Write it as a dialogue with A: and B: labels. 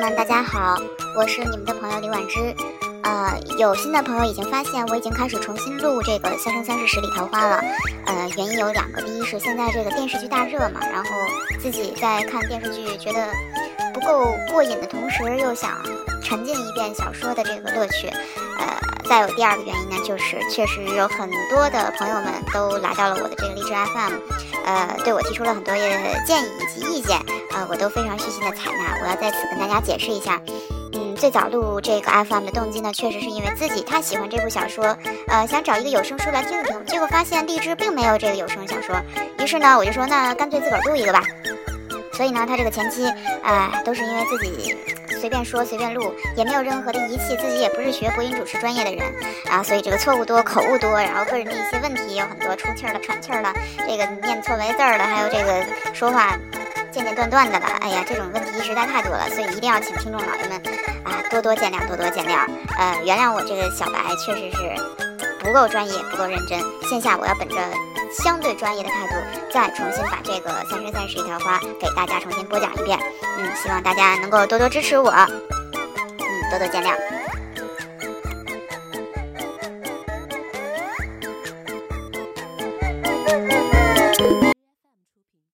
A: 们，大家好，我是你们的朋友李婉之。有新的朋友已经发现，我已经开始重新录这个《三生三世十里桃花》了。原因有两个，第一是现在这个电视剧大热嘛，然后自己在看电视剧觉得不够过瘾的同时，又想沉浸一遍小说的这个乐趣。再有第二个原因呢，就是确实有很多的朋友们都来到了我的这个荔枝 FM，对我提出了很多建议以及意见，我都非常虚心的采纳。我要在此跟大家解释一下。最早录这个 FM 的动机呢，确实是因为自己太喜欢这部小说，想找一个有声书来听一听，结果发现荔枝并没有这个有声小说，于是呢，我就说那干脆自个儿录一个吧。所以呢，他这个前期，都是因为自己随便说随便录，也没有任何的仪器，自己也不是学播音主持专业的人啊，所以这个错误多，口误多，然后个人的一些问题有很多，出气儿了、喘气儿了，这个念错为字儿了，还有这个说话间间断断的了，哎呀，这种问题实在太多了，所以一定要请听众老爷们多多见谅，多多见谅。原谅我这个小白确实是不够专业，不够认真。线下我要本着相对专业的态度，再重新把这个《三生三世十里桃花》给大家重新播讲一遍。希望大家能够多多支持我，多多见谅。